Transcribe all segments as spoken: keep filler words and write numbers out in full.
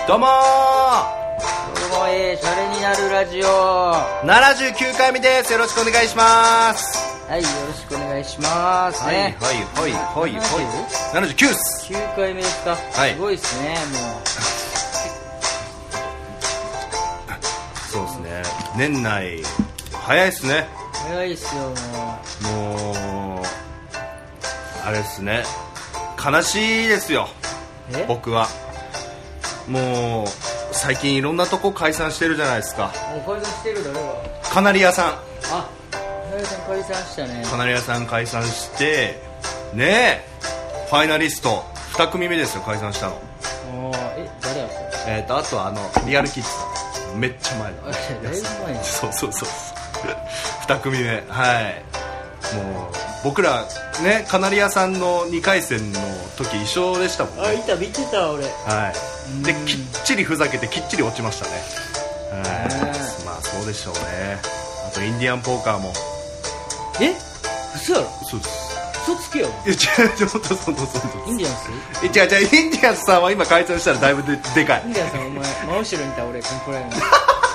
どうもーどうも、えー、シャレになるラジオななじゅうきゅうかいめです。よろしくお願いします。 はい、よろしくお願いしますはいね。 はいはいはいはいななじゅうきゅうっす。 きゅうかいめですか。 はいすごいっすね。もそうですね、年内早いっすね。 う早いっすよ。ももうあれっすね、悲しいですよ。 うえ僕はもう最近いろんなとこ解散してるじゃないですか。 もう解散してる。誰が？ カナリアさんあ、カナリアさん解散したね。 カナリアさん解散してねえ、ファイナリストに組目ですよ、解散したの。 あーえ、誰やっえーとあとはあのリアルキッズさん、めっちゃ前た？ だあれ、だいぶ前に。 そうそうそうに組目。はい、もう僕らね、カナリアさんのにかい戦の時一緒でしたもんあ、いね。 た、見てた俺。 はいできっちりふざけてきっちり落ちましたね。はいねまあそうでしょうね。あとインディアンポーカーも。 え、嘘やろ？ そうです。 嘘つけよ。 いや違う違う、本当そうそうそうインディアンス？ え違う違う、インディアンスさんは今解散したらだいぶ で, でかいインディアンスさん、お前真後ろにいた俺、コンプライアンス。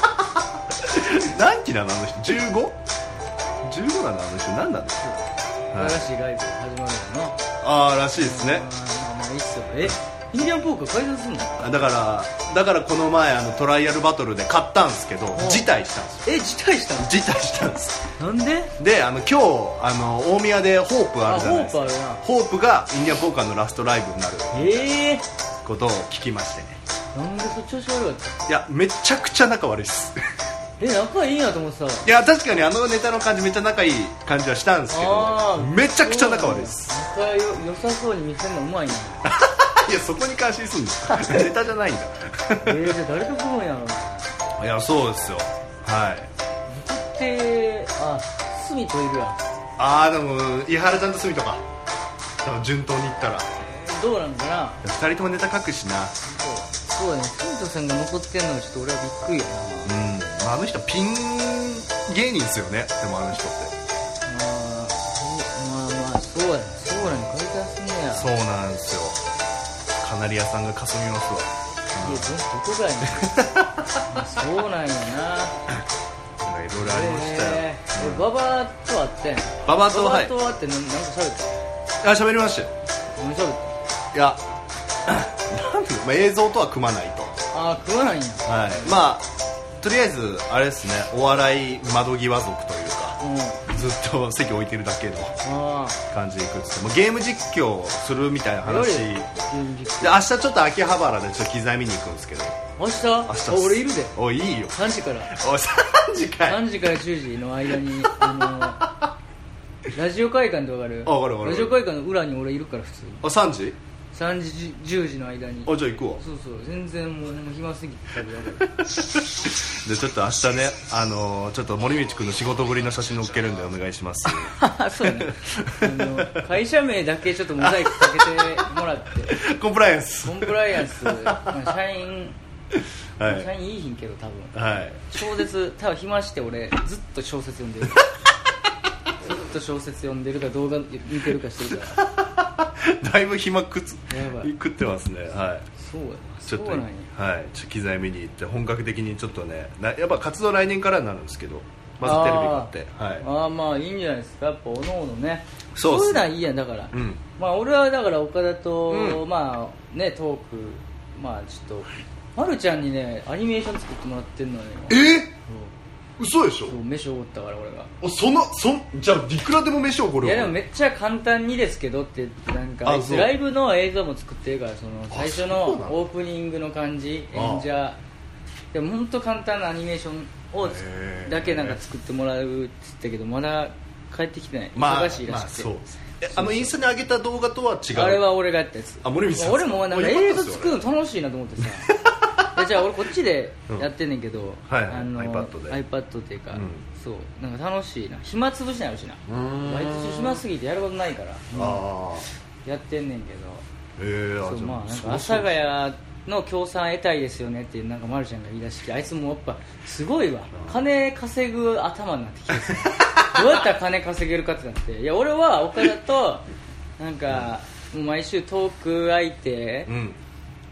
何期なのあの人？ じゅうご？ じゅうご なのあの人？何なんですか？ 新しいライブ始まるのな。 ああらしいですね。 あーまあまあいいっすよ。え、インディアンポーカー解散すんの？ だからだからこの前あのトライアルバトルで勝ったんですけど辞退したんですよ。 え、辞退したの？ 辞退したんです。 なんで？ であの今日あの大宮でホープあるじゃないですか。 あホープあるな。 ホープがインディアンポーカーのラストライブになるええことを聞きましてね。 ー、なんでそっ調子悪かった？ いやめちゃくちゃ仲悪いですえ、仲いいんやと思ってた。 いや確かにあのネタの感じめっちゃ仲いい感じはしたんですけあーどめちゃくちゃ仲悪いです。 仲よ良さそうに見せるのうまいな。 いやそこに感心するんですネタじゃないんだえー、じゃあ誰と組むんやろ？ いやそうですよ。はい僕ってあ、スミといるやん。 ああでも伊原ちゃんと鷲見とか多分順当にいったらどうなんかな。 ふたりともネタ書くしな。 そうそうだね、スミトさんが残ってんのはちょっと俺はびっくりやな。 うん、まあ、あの人ピン芸人ですよね。でもあの人ってあー、まあまあそうやね。そうやね、解散すんねや。 そうなんですよ。カナリアさんがかすみますわ。 いや、どこがやねん。そうなんやな。 なんかいろいろありましたよ。 えー、ババと会ってん。 ババとはいババと会ってなんなんか喋ったあ喋りましたよ。 何喋っいやなんで、まあ、映像とは組まないと。 た？あー、食わないんや。 はいまあとりあえずあれですね、お笑い窓際族というかうん。 ずっと席置いてるだけのあ感じでいくっつってもうゲーム実況するみたいな話で夜明日ちょっと秋葉原でちょっと機材見に行くんですけど。 明日？ 明日っすあ、俺いるで。 おいいいよ。 さんじからおいさんじかい。 さんじからじゅうじの間にあのラジオ会館ってわかる？ あわかるわかるラジオ会館の裏に俺いるから普通にあさんじさんじじゅうじの間に。 あじゃあ行くわ。 そうそう、全然もうもう暇すぎて多分やばい。 でちょっと明日ね、あのー、ちょっと森道君の仕事ぶりの写真載っけるんでお願いします。 そうね、あの会社名だけちょっとモザイクかけてもらってコンプライアンス。 コンプライアンス、まあ、社員はい社員いいひんけど多分はい小説、多分暇して俺ずっと小説読んでるずっと小説読んでるか動画見てるかしてるからだいぶ暇くつやばい食ってますね。はいそうやな。 ちょっとそうなんや。 はいちょっと機材見に行って本格的にちょっとねなやっぱ活動来年からになるんですけど、まずテレビ買ってはいああ、まあいいんじゃないですか。やっぱおのおのね、 そうっすそういうのはいいやん。だから、 うんまあ俺はだから岡田と、 うんまあねトーク、まあちょっとまるちゃんにねアニメーション作ってもらってんのよ。 えー嘘でしょ。 そう、飯おごったから俺が。 おそのそじゃあいくらでも飯をこれいやでもめっちゃ簡単にですけどってなんかあいつあそうライブの映像も作ってるから、その最初のそうなのオープニングの感じ、 あ演者でも本当簡単なアニメーションをつへーだけなんか作ってもらうって言ったけどまだ帰ってきてない。 まあ忙しいらしくて、 まあそうえあのインスタに上げた動画とは違う。 あれは俺がやったやつ。 あ森光さん俺もなんかあよかった映っすよ像作るの楽しいなと思ってさいやじゃあ俺こっちでやってんねんけど、 うんはいはいあの iPad で iPad っていうか、 うんそうなんか楽しいな。暇つぶしになるしな。 うーん毎年暇すぎてやることないから、 あやってんねんけど、 あへえそうまあなんか阿佐ヶ谷の協賛得たいですよねってなんかまるちゃんが言い出して、あいつもやっぱすごいわ、金稼ぐ頭になってきてさどうやったら金稼げるかってなって、いや俺は岡田となんかもう毎週トーク相手うん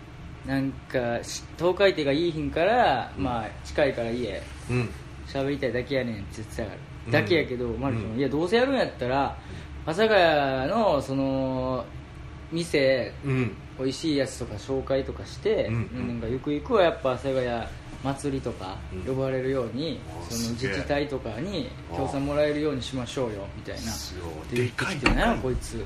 なんか東海帝がいい日から、うん、まあ近いから家喋、うん、りたいだけやねんって言ってたから、うん、だけやけど、マルちゃん、うん、いやどうせやるんやったら阿佐ヶ谷のその店、うん、美味しいやつとか紹介とかして、うんうん、なんかゆくゆくはやっぱ阿佐ヶ谷祭りとか呼ばれるように、うん、その自治体とかに協賛もらえるようにしましょうよみたいなででかいってなこいつ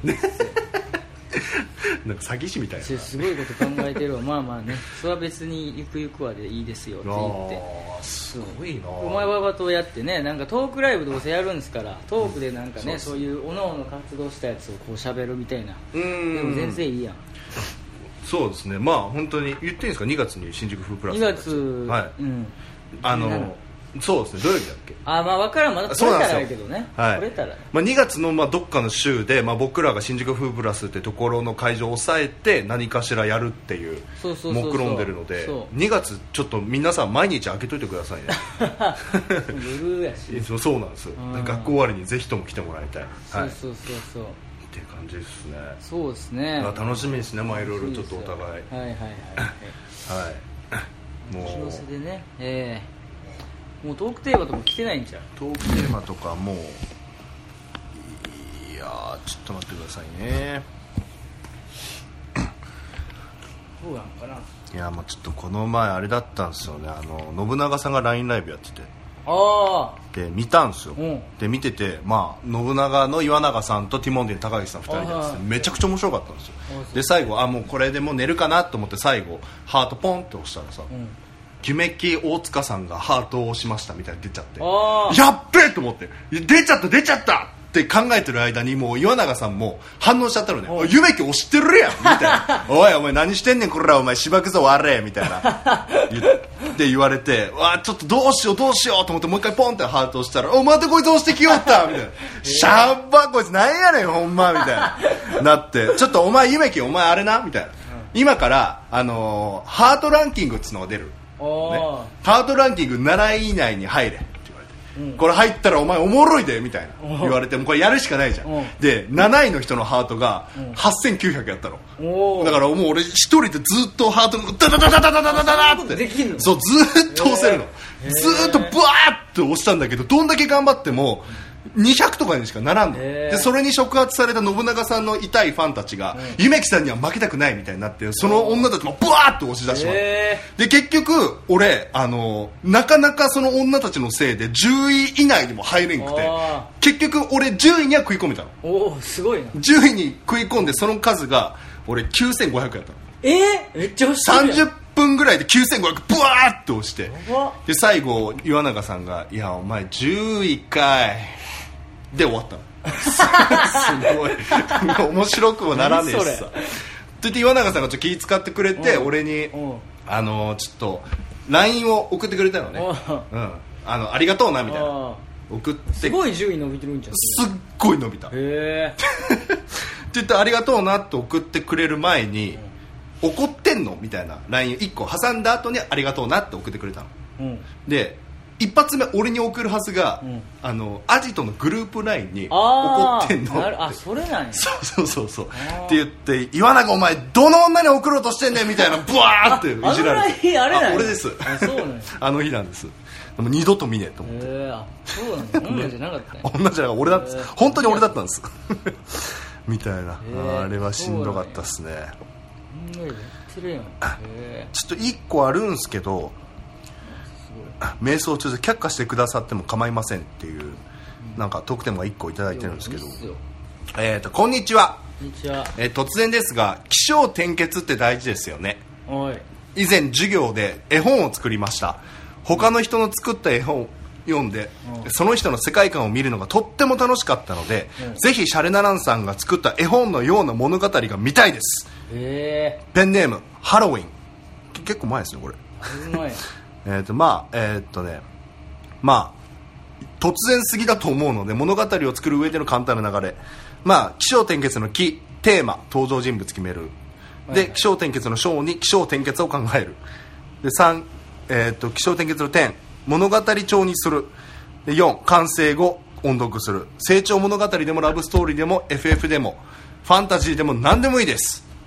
なんか詐欺師みたいなすごいこと考えてるわまあまあねそれは別にゆくゆくはでいいですよって言ってすごいなお前ばばとやってねなんかトークライブどうせやるんですからトークでなんかね、うん、そういうおのおの活動したやつをこう喋るみたいなうんでも全然いいやんそうですねまあ本当に言っていいんですかにがつに新宿フープラスにがつはい、うん、あのそうですね土曜日だっけあまあ分からんまだ来れたらあるけどねはい、来れたら、まあ、にがつのまあどっかの週で、まあ、僕らが新宿フープラスってところの会場を抑えて何かしらやるっていう目論んでるのでにがつちょっと皆さん毎日開けといてくださいね夜やしそうなんですよ学校終わりにぜひとも来てもらいたい、 はい、そうそうそうそうっていう感じですねそうですね楽しみですねまあいろいろちょっとお互いはいはいはいはいもう年の瀬でねええーもうトークテーマとか来てないんじゃんトークテーマとかもういやーちょっと待ってくださいねどうなのかないやもうちょっとこの前あれだったんですよねあの信長さんが ライン ライブやっててあで見たんですよ、 うん、 で見てて、まあ、信長の岩永さんとティモンディの高岸さんふたりでですねめちゃくちゃ面白かったんですよで最後あもうこれでもう寝るかなと思って最後ハートポンって押したらさ、うん夢木大塚さんがハートを押しましたみたいに出ちゃってやっべえと思って出ちゃった出ちゃったって考えてる間にもう岩永さんも反応しちゃったのね夢木押してるやんみたいなおいお前何してんねんこれらお前しばくぞ悪れみたいな言って言われてわちょっとどうしようどうしようと思ってもう一回ポンってハート押したらおまたこいつ押してきよったみたいなしゃっばこいつなんやねんほんまみたいななってちょっとお前夢木お前あれなみたいな今からあのー、ハートランキングっつのが出るね、ハートランキングなない以内に入れって言われて、うん、これ入ったらお前おもろいでみたいな言われてもこれやるしかないじゃんでなないの人のハートがはっせんきゅうひゃくやったのだからもう俺一人でずっとハートがダダダダダダダダダダってそうずっと押せるのずっとブワーって押したんだけどどんだけ頑張ってもにひゃくとかにしかならんのでそれに触発された信長さんの痛いファンたちが、うん、夢木さんには負けたくないみたいになってその女たちもブワーッと押し出しまってで結局俺あのなかなかその女たちのせいでじゅうい以内にも入れんくて結局俺じゅういには食い込めたのおすごいなじゅういに食い込んでその数が俺きゅうせんごひゃくやったのえー、めっちゃ押してるやんさんじゅっぷんぐらいできゅうせんごひゃくブワーッと押してで最後岩永さんがいやお前じゅういかいで終わったのすごい面白くもならねえしさって言って岩永さんがちょっと気遣ってくれて俺にあのちょっと ライン を送ってくれたのね、うん、あのありがとうなみたいな送ってすごい順位伸びてるんじゃんすっごい伸びたへえって言ってありがとうなって送ってくれる前に、うん、怒ってんのみたいな ライン をいっこ挟んだ後にありがとうなって送ってくれたの、うん、で一発目俺に送るはずが、うん、あのアジトのグループ ライン に怒ってんのってあそれなんやそうそうそうそうって言って岩永お前どの女に送ろうとしてんねんみたいなブワーっていじられてあれなんあ俺ですあそうなんやあの日なんですでも二度と見ねえと思ってへあそうなんだ女じゃなかったね女じゃなかった俺だった本当に俺だったんですみたいなあれはしんどかったっすねちょっと一個あるんすけど瞑想中で却下してくださっても構いませんっていう、うん、なんかトークテーマがいっこいただいてるんですけどえーとこんにちは、 こんにちは、 えー、突然ですが起承転結って大事ですよねおい以前授業で絵本を作りました他の人の作った絵本を読んでその人の世界観を見るのがとっても楽しかったのでぜひシャレナランさんが作った絵本のような物語が見たいです、 えー、 ペンネームハロウィン結構前ですねこれ前えーとまあえーっとねまあ突然すぎだと思うので物語を作る上での簡単な流れまあ起承転結の起テーマ登場人物決めるで起承転結の章に起承転結を考えるでさん、えー、と起承転結の点物語帳にするでよん完成後音読する成長物語でもラブストーリーでも エフエフ でもファンタジーでも何でもいいです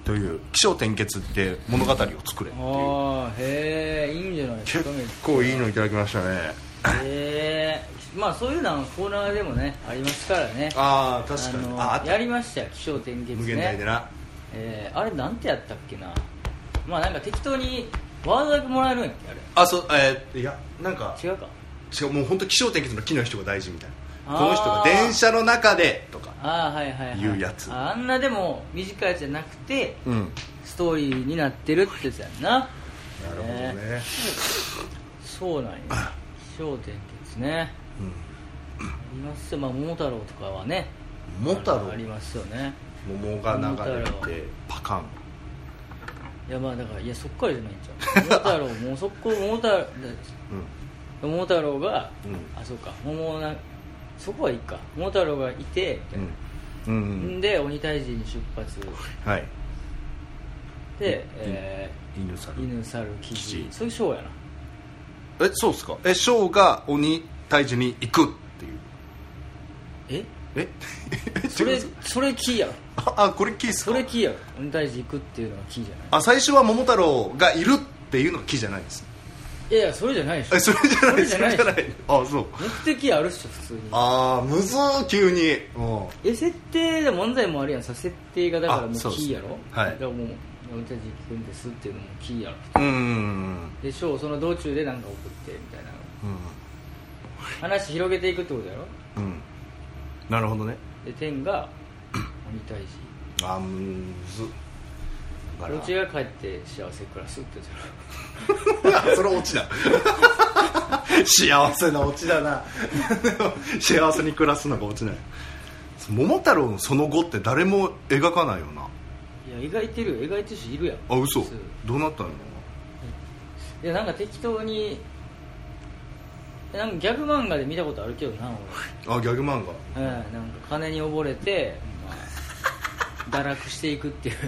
という起承転結って物語を作れっていう。 ああへえいいんじゃないですか。 結構いいのいただきましたね。 へえまあそういうのはコーナーでもねありますからね。 ああ確かに。 あああやりましたよ起承転結ね。 無限大でな、 えー、あれなんてやったっけな。まあなんか適当にワードだけもらえるんやっけあれ。 あそうえー、いやなんか違うか。 違うもう本当起承転結の木の人が大事みたいな。 あーこの人が電車の中でとかああはいはいはいいうやつ。 あんなでも短いやつじゃなくて、 うん、 ストーリーになってるってやつやんな。 なるほどね、 えー、そうなんや起承転結ね、うん、ありますよ。まあ桃太郎とかはね桃太郎ありますよね。 桃が流れてパカン。 いやまあだからいやそっからじゃないんちゃう桃太郎もうそこ桃太郎、うん、桃太郎が、うん、あそうか桃なそこはいいか桃太郎がいてみたいな、うんうんうん、で鬼退治に出発、 はい、 で、えー、 犬猿犬猿キジそういうショーやな。 えそうっすか。えショーが鬼退治に行くっていう。 ええそれそれキーやろ。 あこれキーっすか。 それキーやろ。鬼退治行くっていうのがキーじゃない。 あ最初は桃太郎がいるっていうのがキーじゃないんです。 いやいやそれじゃないでしょ。 えそれじゃないそれじゃない。 あそう目的あるっしょ普通に。 ああむずー急に。 え設定で漫才もあるやんさ。設定がだからもうキーやろ。 はい。 だからもう鬼退治行くんですっていうのもキーやろ。 うんうんでしょうその道中で何か送ってみたいな、うん、話広げていくってことやろ。うんなるほどね。 で天が鬼退治あむずどっちが帰って幸せ暮らすって言ったらそれオチだ幸せなオチだな幸せに暮らすのがオチない。桃太郎のその後って誰も描かないよな。 いや描いてるよ描いてる人いるやん。 あ嘘どうなったの。 いやなんか適当になんかギャグ漫画で見たことあるけどな俺。あギャグ漫画、 うん、なんか金に溺れて、まあ、堕落していくっていう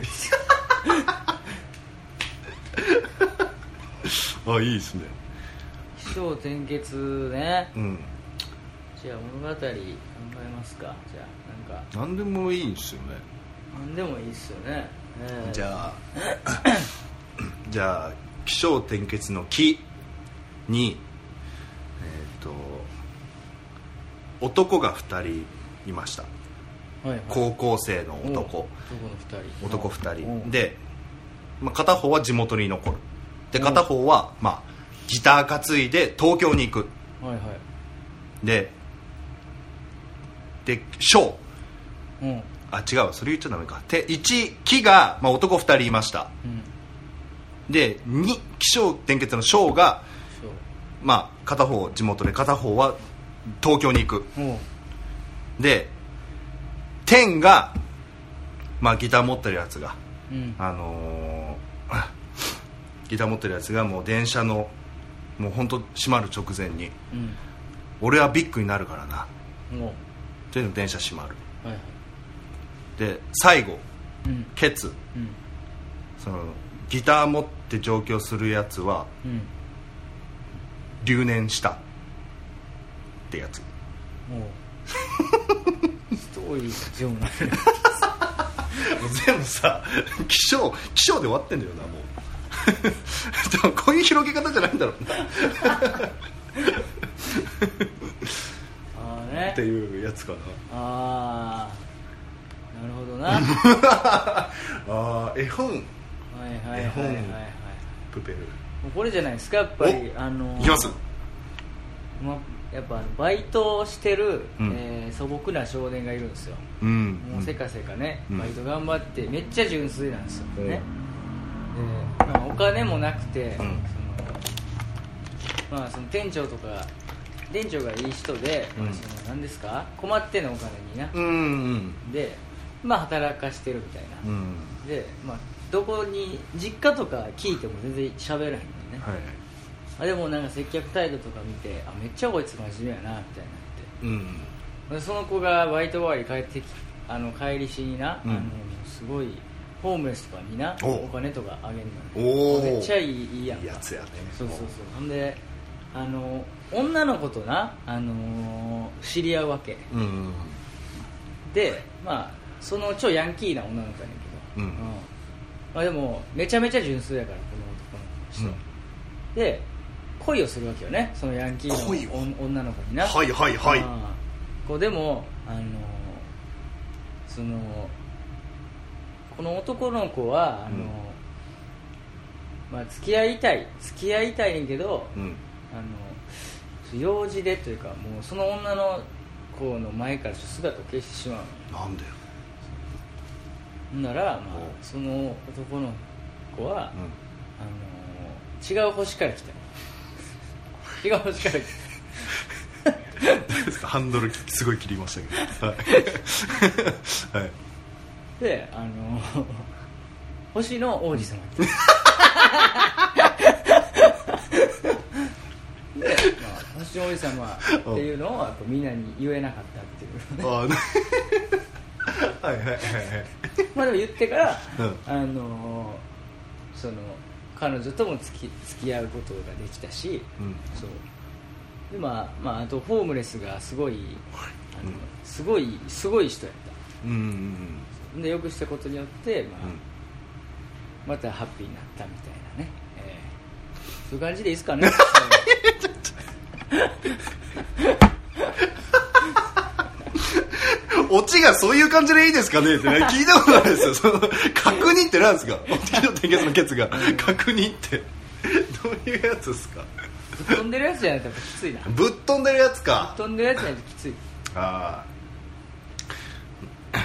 あいいですね。 起承転結ね、 うん、 じゃあ物語考えますか。じゃあなんか何でもいいんですよね。 何でもいいっすよね、えー、 じゃあじゃあ起承転結の起にえっ、ー、と男がふたりいました、はいはい、高校生の男男ふたりで、まあ、片方は地元に残るで片方は、まあ、ギター担いで東京に行く、はいはい、でで翔、うん、あ違うそれ言っちゃダメか。いち木が、まあ、男ふたりいました、うん、でに起承転結の翔がまあ、片方地元で片方は東京に行く。で天が、まあ、ギター持ってるやつが、うん、あのー、ギター持ってるやつがもう電車のもう本当閉まる直前に、うん、俺はビッグになるからなっていうの電車閉まる、はいはい、で最後、うん、ケツ、うん、そのギター持って上京するやつは、うん留年したってやつ。もうストーリーが上手な全部さ気象気象で終わってんだよなもうでもこういう広げ方じゃないんだろうなあ、ね、 っていうやつかな。 ああなるほどなあ絵本、はいはいはいはい、はい、絵本プペルこれじゃないですかやっぱりあのいきます、 ま、やっぱバイトをしてる、うんえー、素朴な少年がいるんですよ、うん、もうせかせかね、うん、バイト頑張ってめっちゃ純粋なんですよ、うん、ねで、まあ、お金もなくて、うん、そのまあ、その店長とか店長がいい人で、うん、その何ですか困ってのお金にな、うんうん、でまあ働かしてるみたいな、うん、でまあどこに実家とか聞いても全然喋らへんのね、はい、あでもなんか接客態度とか見てあめっちゃこいつ真面目やなみたいになって、うん、でその子がバイト終わり帰ってきあの帰りしにな、うん、あのすごいホームレスとかにな お, お金とかあげるのめっちゃいいいいやんいいやつやね。 そうそうそうほんであの女の子とな、あのー、知り合うわけ、うんうん、でまあその超ヤンキーな女の子やねんけど、うんうんまあ、でもめちゃめちゃ純粋やからこの男の人、うん、で恋をするわけよね、そのヤンキーの女の子にな。 はいはいはい。 こうでもあのそのこの男の子はあの、うんまあ、付き合いたい付き合いたいねんけど、うん、あの用事でというかもうその女の子の前から姿を消してしまう。 なんでよ。 なら、まあ、その男の子は、うん、あの違う星から来た。違う星から来た。ハンドルすごい切りましたけど。はい。はい、 で、あの星の王子様。で、まあ、星の王子様っていうのをやっぱみんなに言えなかったっていう。あはいはいはいはい。まあでも言ってから、うん、あのその彼女とも付き、付き合うことができたし、うん、そうでまあまああとホームレスがすごいあの、うん、すごいすごい人やった。うんうんうん、でよくしたことによって、まあうん、またハッピーになったみたいなね、えー、そういう感じでいいですかね。 オチがそういう感じでいいですかねって、ね、聞いたことないですよ。その確認ってなんですか。お月の天結のケツが確認ってどういうやつですか。 ぶっ飛んでるやつじゃないときついな。 ぶっ飛んでるやつか。 ぶっ飛んでるやつじゃないときつい。ああ、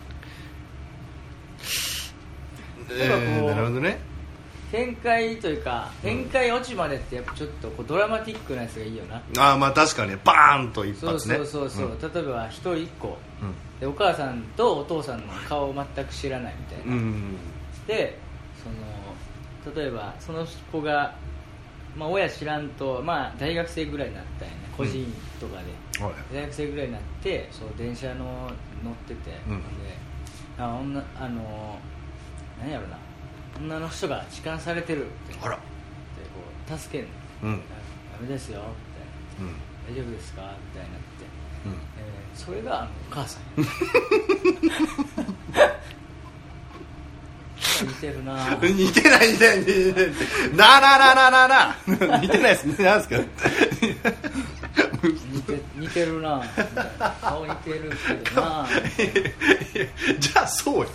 えー、なるほどね。展開というか展開落ちまでってやっぱちょっとこうドラマティックなやつがいいよな。 ああまあ確かにバーンと一発ね。 そうそうそうそう、うん、例えば一人一個、うん、でお母さんとお父さんの顔を全く知らないみたいな、うん、でその例えばその子が、まあ、親知らんと、まあ、大学生ぐらいになったんやね、個人とかで、うん、大学生ぐらいになってそう電車の乗ってて、うん、であ女あの何やろな女の人が痴漢されてるってあらでこう助けるの、うん、ダメですよみたいな、うん、大丈夫ですかみたいになって、うんえー、それがあのお母さん似てるな。 似てない似てない似てないなななななな似てないですね。なんですか。 似て似てるな顔似てるけどな。 じゃあそうよ。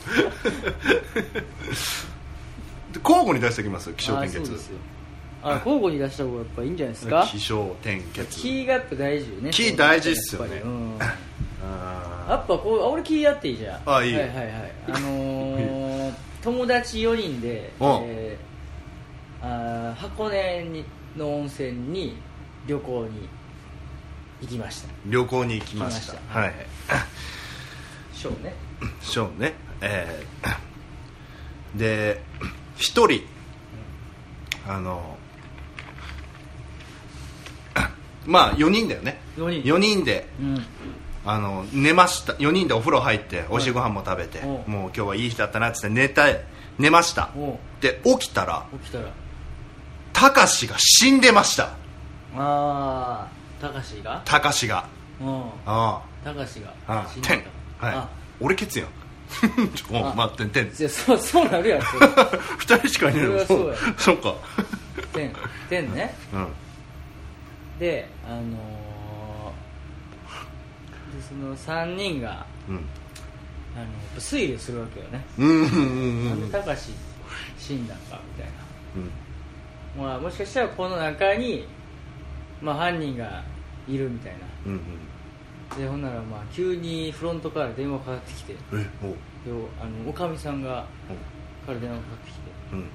交互に出しておきます。気象転結。 あ、交互に出した方がやっぱいいんじゃないですか。 気象転結。 気がやっぱ大事よね。 気大事っすよね。うん、 やっぱこう俺気やっていいじゃん。 あ、いい。 はいはいはい。あのー、友達よにんで、えー、あ箱根にの温泉に旅行に行きました。 旅行に行きました。はい。 ショーね。 ショーね。えー、で一人、うん、あのまあよにんだよね。よにん、よにんで、うん、あの寝ました。よにんでお風呂入っておいしいご飯も食べて、もう今日はいい日だったなって寝た寝ました。で起きたら起きたらたかしが死んでました。 ああ、たかしがたかしがああたかしが死んでた。 はい、俺ケツやん。お待ってんてん。 いやそうそうなるやん。 二人しかいないの。そうや。そうか。 てんてんね。うん。であのー、でその三人が、うん、あの推理するわけよね。うんうんうんうん。なんでたかし死んだかみたいな。うん。まあもしかしたらこの中にまあ犯人がいるみたいな。うんうん。でほんならまあ急にフロントから電話かかってきて、えおあのおかみさんがから電話かかってきて、うん、あの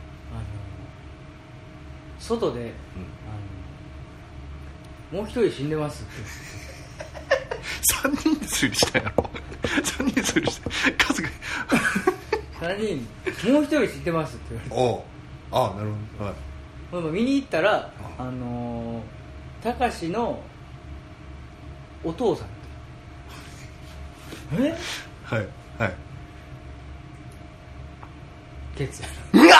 外で、うん、あのもう一人死んでますってさんにんで推理したやろ。さんにんで推理した数がさんにんもう一人死んでますって言われて、 おああなるほど、はい、 見に行ったらあのたかしのお父さんえはいはいケツやうわ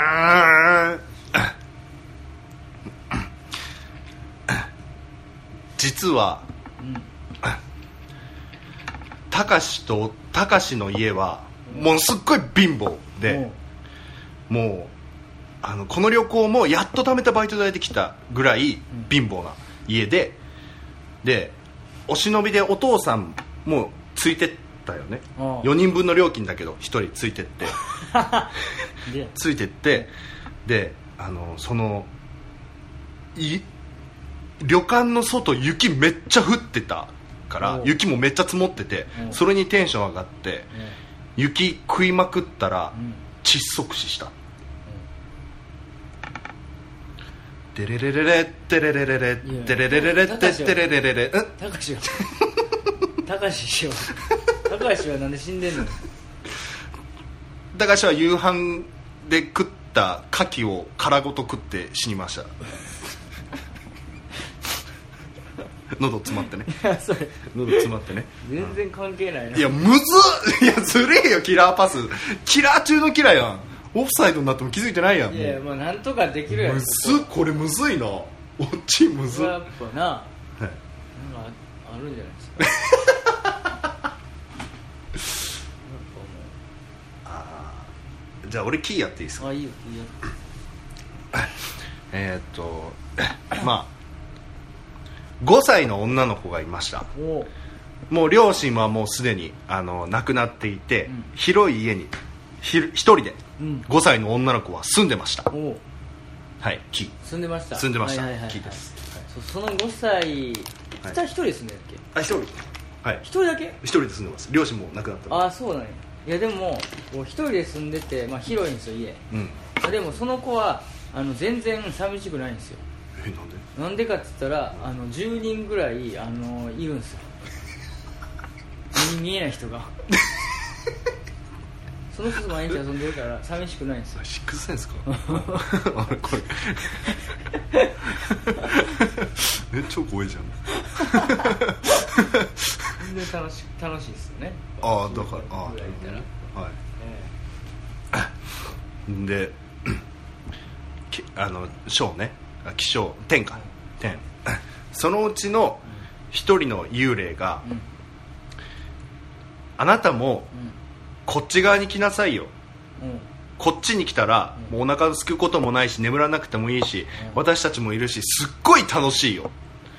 ー実はたかしとたかしの家はもうすっごい貧乏で、もうあのこの旅行もやっと貯めたバイト代で来たぐらい貧乏な家で、でお忍びでお父さんもついてったよね。よにんぶんの料金だけどひとりついてってついてってで、あのそのい旅館の外雪めっちゃ降ってたから雪もめっちゃ積もってて、それにテンション上がって雪食いまくったら窒息死した。テレレレレテレレレレテレレレレテテレレレレたかしはたかしはたかしはなんで死んでんの。 たかしは夕飯で食った牡蠣を殻ごと食って死にました。喉詰まってね。 いやそれ喉詰まってね。 全然関係ないな。 いやむずっ、いやずるいよ。キラーパスキラー中のキラーやん。オフサイドになっても気づいてないやん。 いやまあなんとかできるやん。 むずっ、これむずいな。オチむずっ。 やっぱな、はい、なんかあるんじゃないですか。 あじゃあ俺キーやっていいですか。 あいいよキーやってえーっとまあごさいの女の子がいました。 おもう両親はもうすでにあの亡くなっていて、うん、広い家にひ一人でごさいの女の子は住んでました。 おはい、キー住んでました住んでました、 はいはいはいはい、 キーです、 はい、そ, そのごさいふたり一人で住んでるっけ。 あ、一人、はい一人だけ。 一人で住んでます。両親も亡くなったの。 あそうなんや。いやでも一人で住んでて、まあ、広いんですよ家、うん、でもその子はあの全然寂しくないんですよ。 え、なんでなんでかって言ったらあのじゅうにんぐらいあのいるんですよ。目に見えない人がその人と毎日遊んでるから寂しくないんですよ。 シックスセンスかあれこれえ超怖いじゃん全然楽し楽しいですよね。 ああだからああはい、えー、であの章ね気象天か天そのうちの一人の幽霊が、うん、あなたも、うんこっち側に来なさいよ、うん、こっちに来たら、うん、もうお腹すくこともないし眠らなくてもいいし、うん、私たちもいるしすっごい楽しいよ、うん、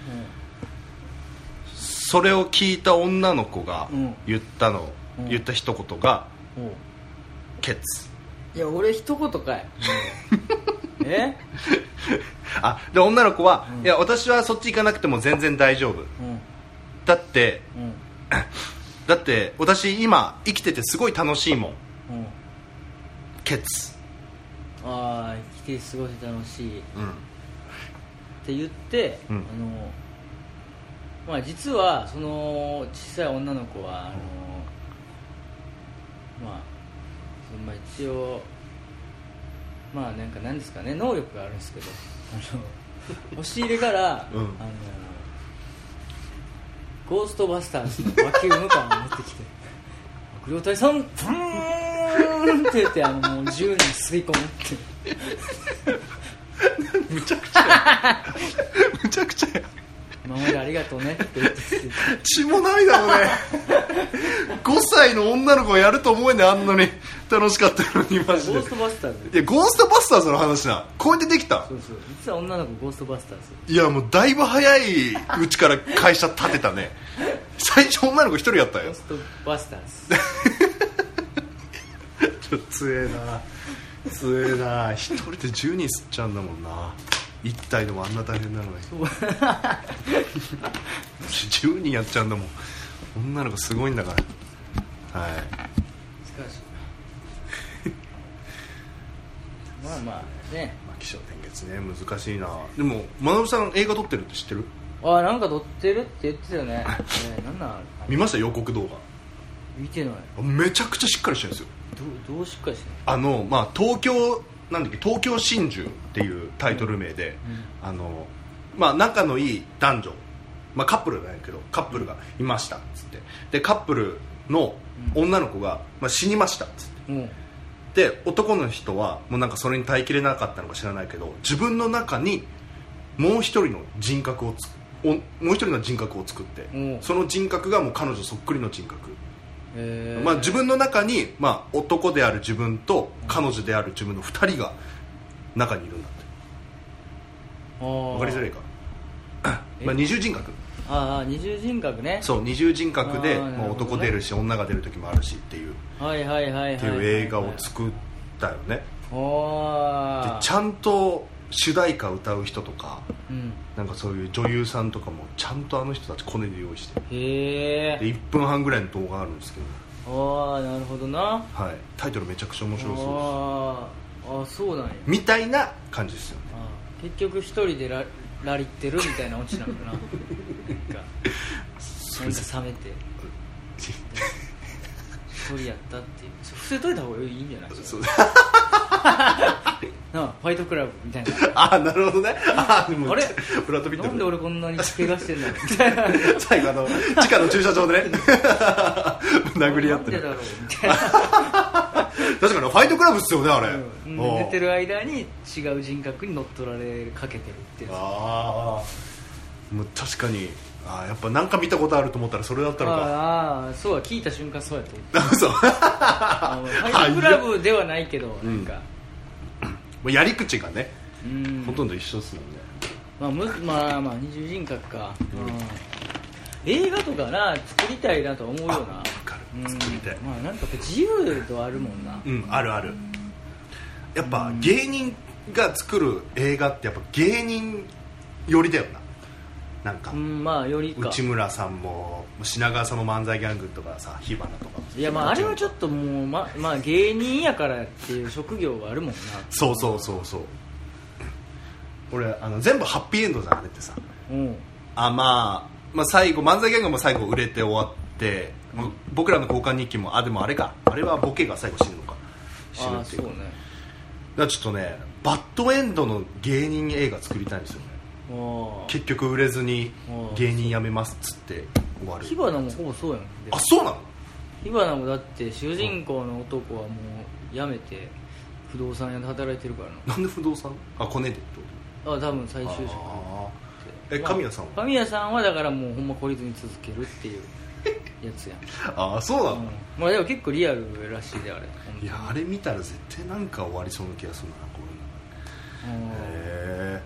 それを聞いた女の子が言ったの、うん、言った一言が、うん、ケツ。 いや俺一言かいえあで女の子は、うん、いや私はそっち行かなくても全然大丈夫、うん、だって、うんだって私今生きててすごい楽しいもん、うん、ケツ。 ああ生きててすごい楽しい、うん、って言って、うん、あのまあ実はその小さい女の子はあの、うん、まあそのまあ一応まあなんかなんですかね能力があるんですけどあの押し入れから、うん、あのゴーストバスターズのバキュームカーを持ってきて悪霊退散プーンって言ってあのもうじゅうにん吸い込むってむちゃくちゃやむちゃくちゃや今までありがとうねって言って血も涙もねごさいの女の子がやると思えねあんなに楽しかったのにマジで。 ゴーストバスターズ。 いやゴーストバスターズの話な。こうやってできた。 そうそう実は女の子ゴーストバスターズ。 いやもうだいぶ早いうちから会社立てたね最初女の子一人やったよ。 ゴーストバスターズちょっと強えな強えな一人でじゅうにん吸っちゃうんだもんな。一体でもあんな大変なのにじゅうにんやっちゃうんだもん。女の子すごいんだからはい。 しかしまあまあね、 まあ、起承転結ね難しいな。でも学さん映画撮ってるって知ってる？ ああなんか撮ってるって言ってたよねえなんなん見ました予告動画。 見てない。 めちゃくちゃしっかりしてるんですよ。 ど う, どうしっかりしてるあの、まあ、東京なんだっけ東京真珠っていうタイトル名で、うんうん、あのまあ、仲のいい男女、まあ、カップルなんやけどカップルがいましたっつってでカップルの女の子が、まあ、死にましたっつって、うん、で男の人はもうなんかそれに耐えきれなかったのか知らないけど自分の中にもう一人の人格をおもう一人の人格を作って、その人格がもう彼女そっくりの人格、まあ、自分の中に、まあ、男である自分と彼女である自分のふたりが中にいるんだって。わかりづらいかまあ二重人格。 ああ二重人格ね。 そう二重人格で、まあ、男出るし女が出る時もあるしっていうはいはいはいはいっていう映画を作ったよね。 おでちゃんと主題歌歌う人とか、 うん、 なんかそういう女優さんとかもちゃんとあの人たちコネで用意して、 へえ。 でいっぷんはんぐらいの動画あるんですけど、ああなるほどな。 はい、タイトルめちゃくちゃ面白そうです。 ああそうなんやみたいな感じですよね。 あ結局一人でララリってるみたいなオチなのかな。なんかなんか冷めて一人やったっていう、伏せといた方がいいんじゃない？そうなあファイトクラブみたいな。 ああなるほどね。ああでもあれブラッドピットなんで俺こんなに怪我してんのみたいな。 最後あの地下の駐車場でね殴り合ってる。 なんでだろうみたいな。 確かにファイトクラブっすよねあれ、 うん、寝てる間に違う人格に乗っ取られかけてるっていう。 ああもう確かに。あやっぱ何か見たことあると思ったらそれだったのか。 ああそうは聞いた瞬間そうやと思った。 そうファイトクラブではないけどなんか、 うん、やり口がね、 うん、 ほとんど一緒っすもんね。 まあ、むまあまあ二重人格か、うん、映画とかな作りたいなと思うよな。 分かる作りたい、 うん、まあなんか自由度あるもんな。 うんあるある。やっぱ芸人が作る映画ってやっぱ芸人寄りだよな。なんか、 うん、まあよりか内村さんも品川さんも漫才ギャングとかさ火花とか。 いやまああれはちょっともうま、まあ芸人やからっていう職業があるもんな。 そうそうそうそう。俺あの全部ハッピーエンドじゃんあれってさ、うん、あ、まあ、まあ最後漫才ギャングも最後売れて終わって、うん、僕らの交換日記もあでもあれかあれはボケが最後死ぬのか死ぬっていうか。あ、そうね。だからちょっとねバッドエンドの芸人映画作りたいんですよね。結局売れずに芸人辞めますっつって終わる。火花もほぼそうやん。 あ、そうなの？ 火花もだって主人公の男はもう辞めて不動産屋で働いてるからな。 なんで不動産？あ、コネでってこと？あ、多分再就職。 え、神谷さんは？ 神谷さんはだからもうほんま懲りずに続けるっていうやつやん。 ああ、そうなの、うん、 まあでも結構リアルらしいであれ。 いや、あれ見たら絶対なんか終わりそうな気がするな、こういうの。へえ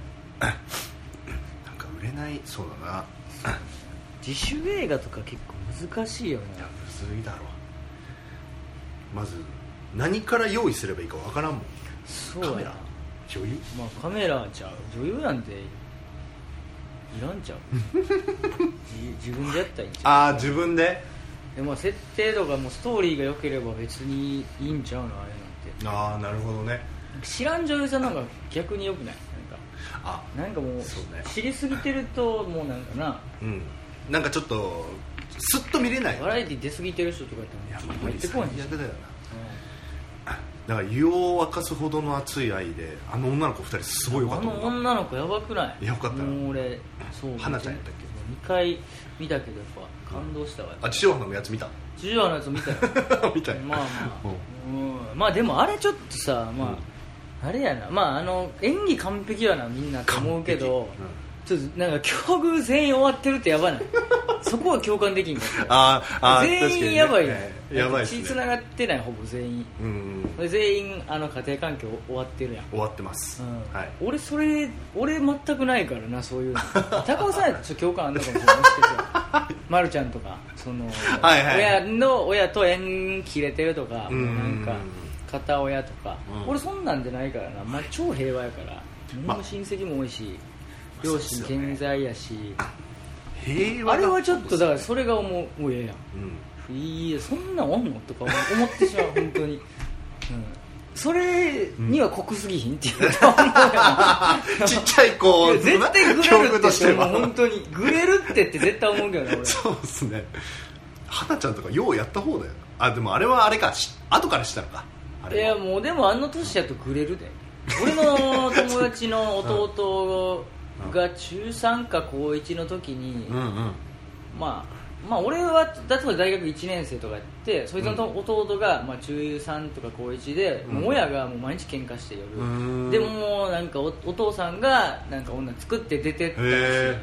売れないそうだな。 自主映画とか結構難しいよね。 いやむずいだろう。まず何から用意すればいいかわからんもん。 そうや。 カメラ女優、 まあカメラちゃう女優なんていらんちゃう自分でやったらいいんちゃう。 ああ自分で。 でも設定とかもストーリーが良ければ別にいいんちゃうのあれなんて。 ああなるほどね。 知らん女優さんなんか逆に良くない？ あなんかもう、 ね、 知りすぎてるともうなんかな、 うん、なんかちょっとスッと見れない。 バラエティ出過ぎてる人とかやっても入ってこない。 最悪だよな、うん、だから湯を沸かすほどの熱い愛であの女の子ふたりすごい良かった。 あの女の子やばくない？ よかったな。 もう俺そう花ちゃんやったっけ？ にかい見たけどやっぱ感動したわ。 あ、地上波のやつ見た？ 地上波のやつ見たよ見たよ。 まあまあ、うん、まあでもあれちょっとさ、まあ、うんあれやな、まああの演技完璧やなみんなと思うけど、うん、ちょっとなんか境遇全員終わってるってやばないそこは共感できんかったああ全員やばいよ、 ね、やばいっすね。 血つながってないほぼ全員、うんうん、全員あの家庭環境終わってるやん。 終わってます、うんはい、 俺それ俺全くないからなそういうの高尾さんやと共感あんのかもしれないですけどまるちゃんとかその、はいはい、親の親と縁切れてるとか、うん、なんか片親とか、うん、俺そんなんじゃないからな、まあ、超平和やから、まあ、親戚も多いし両親健在やし、まあ平和あれはちょっとだからそれが思うもうええやん、うん、いやそんなんおんのとか思ってしまう本当に、うん、それには濃すぎひんっていう、うん、ちっちゃい子絶対グレるって思う本当にグレるってって絶対思うけどね俺そうですね。花ちゃんとかようやった方だよ。あでもあれはあれか後からしたのか。 いやもうでもあの年やとグレるで俺の友達の弟が中さんか高いちの時に、うんうん、まあまあ俺は例えば大学いちねん生とかやってそいつの弟がまあ中さんとか高いちで、うん、もう親がもう毎日喧嘩して夜でももうなんか お, お父さんがなんか女作って出てったりして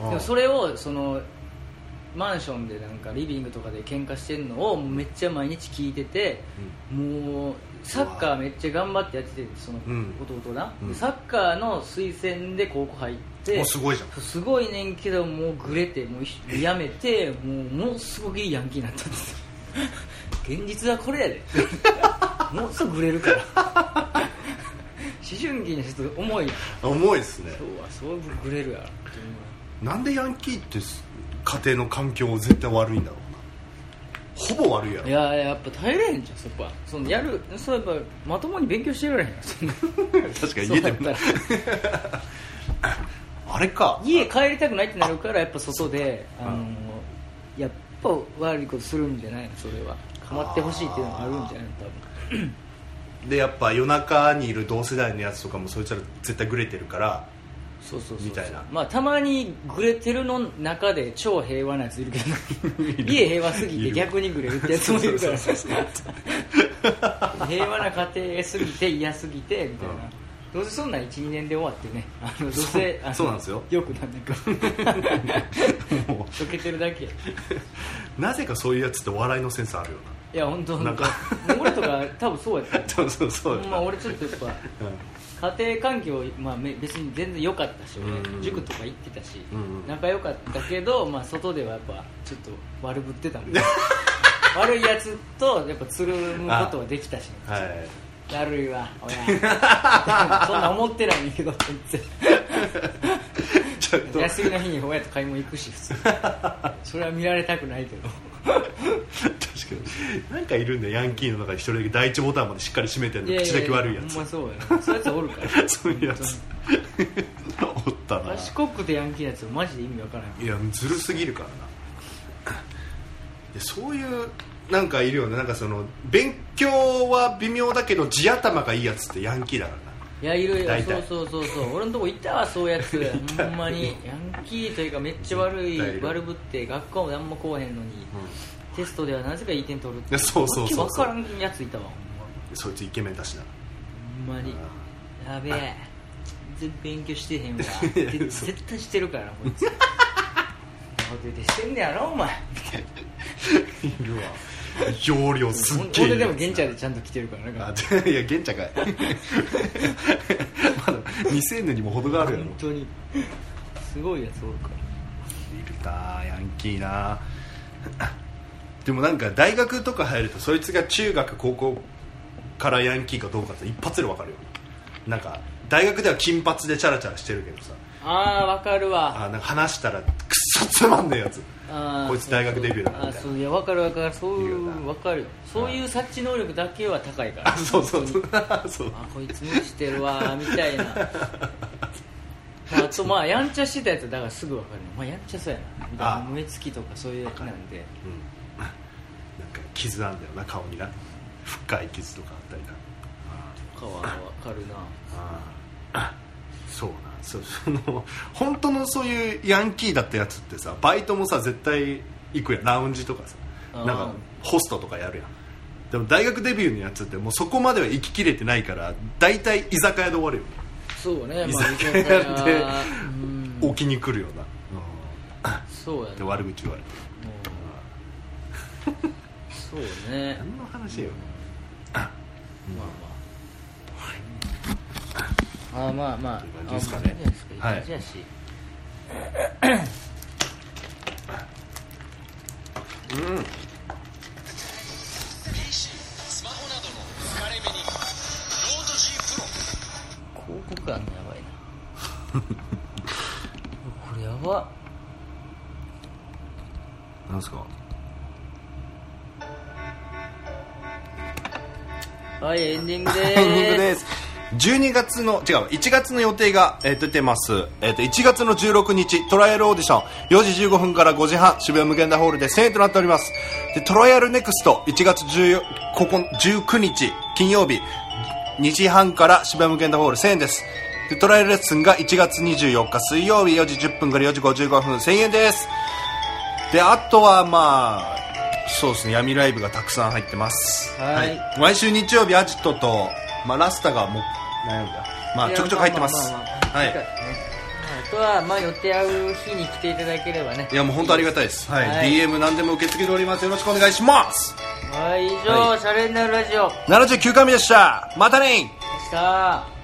でもそれをそのマンションでなんかリビングとかで喧嘩してるのをめっちゃ毎日聞いてて、うん、もうサッカーめっちゃ頑張ってやっててその弟な、うん、サッカーの推薦で高校入ってもうすごいじゃんすごいねんけどもうグレてもうやめてもうものすごくいいヤンキーになったんですよ現実はこれやでもうすぐグレるから思春期の人重い重いっすねそうはそうグレるやろなんでヤンキーって家庭の環境絶対悪いんだろうなほぼ悪いやろいややっぱ耐えれへんじゃんそこはそのやるそうやっぱまともに勉強してられへん確かに家でもあれか家帰りたくないってなるからやっぱ外であのやっぱ悪いことするんじゃないのそれは構ってほしいっていうのがあるんじゃないの多分でやっぱ夜中にいる同世代のやつとかもそいつら絶対グレてるからそうそうそうそうみたいなまあたまにグレてるの中で超平和なやついるけど家平和すぎて逆にグレるってやつもいるから平和な家庭すぎて嫌すぎてみたいな、うんどうせそんな いちにねんで終わってねあのどうせあのそうなんですよよくなんだかもう溶けてるだけなぜかそういうやつって笑いのセンスあるよないや本当なんか俺とか多分そうやったそうそうそうまあ俺ちょっとやっぱ、うん、家庭環境、まあ、別に全然良かったし俺、うんうん、塾とか行ってたし、うんうん、仲良かったけど、まあ、外ではやっぱちょっと悪ぶってたもん悪いやつとやっぱつるむことはできたし、ね、はいだるいわ親そんな思ってないんだけど全然ちょっと休みの日に親と買い物行くし普通それは見られたくないけど確かになんかいるんだよヤンキーの中で一人だけ第一ボタンまでしっかり閉めてるの口だけ悪いやつほんまそうやなそういうやつおるからそういうやつおったな賢くてヤンキーのやつマジで意味わからないいやずるすぎるからなでそういうなんかいるよねなんかその勉強は微妙だけど地頭がいいやつってヤンキーだからないやいるよそうそうそうそう俺のとこいたわそういうやつほんまにヤンキーというかめっちゃ悪い悪ぶって学校も何も来おへんのに、うん、テストではなぜかいい点取るってそうそうそう分からんやついたわそいつイケメンだしなほんまにやべえ全然勉強してへんわ絶対してるからなこいつでしてんねやろお前いるわ容量すっげえ俺でも玄茶でちゃんと来てるからねいや玄茶かいまだ未成年にも程があるやろ本当にすごいやつおるからいるなヤンキーなでもなんか大学とか入るとそいつが中学高校からヤンキーかどうかって一発で分かるよなんか大学では金髪でチャラチャラしてるけどさああ分かるわあなんか話したらくっそつまんねえやつこいつ大学デビューだなみたいなそうそういや分かる分かるそういう分かるよそういう察知能力だけは高いからあそうそうそうそうあこいつ無理してるわみたいな、まあ、あとまあやんちゃしてたやつだからすぐ分かる、まあ、やんちゃそうやなみたいな燃え尽きとかそういうやつなんで、 うん、なんか傷なんだよな顔にな深い傷とかあったりなとかは分かるなあそうなそうその本当のそういうヤンキーだったやつってさバイトもさ絶対行くやんラウンジとかさなんかホストとかやるやんでも大学デビューのやつってもうそこまでは行ききれてないから大体居酒屋で終わるよねそうね、 居酒屋で置きに来るような、 うん、そうやねで悪口言われてそうね何の話よ、 うん、まあまああまあまあという感じですかねはいいい感じやしうんスマホなどの疲れ目にノート G プロ広告あんのやばいなこれやばなんすかはいエンディングでーすエンディングですじゅうにがつの違ういちがつの予定が、えー、出てます、えー、といちがつのじゅうろくにちトライアルオーディションよじじゅうごふんからごじはん渋谷無限大ホールでせんえんとなっておりますでトライアルネクストいちがつじゅうくにち金曜日にじはんから渋谷無限大ホールせんえんですでトライアルレッスンがいちがつにじゅうよっか水曜日よじじゅっぷんからよじごじゅうごふんせんえんですであとはまあそうですね闇ライブがたくさん入ってますはい、 はい、毎週日曜日アジトと、まあ、ラスタがもう悩んだまあちょくちょく入ってますはいとはまあ予定合う日に来ていただければね。 いやもう本当ありがたいです、はい、 はい、 ディーエム 何でも受け付けております。よろしくお願いします。 はい、以上、はい、シャレになるラジオななじゅうきゅうかいめでした。またね。 でした。